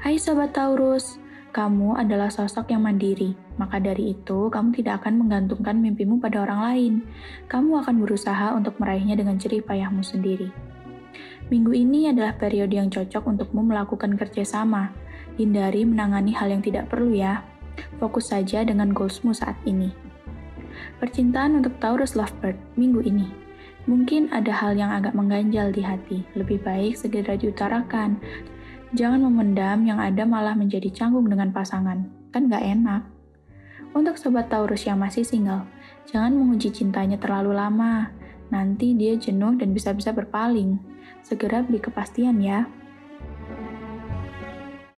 Hai Sobat Taurus, kamu adalah sosok yang mandiri. Maka dari itu, kamu tidak akan menggantungkan mimpimu pada orang lain. Kamu akan berusaha untuk meraihnya dengan jerih payahmu sendiri. Minggu ini adalah periode yang cocok untukmu melakukan kerjasama. Hindari menangani hal yang tidak perlu ya. Fokus saja dengan goalsmu saat ini. Percintaan untuk Taurus Lovebird minggu ini. Mungkin ada hal yang agak mengganjal di hati. Lebih baik segera diutarakan. Jangan memendam, yang ada malah menjadi canggung dengan pasangan. Kan gak enak. Untuk Sobat Taurus yang masih single, jangan menguji cintanya terlalu lama. Nanti dia jenuh dan bisa-bisa berpaling. Segera beri kepastian ya.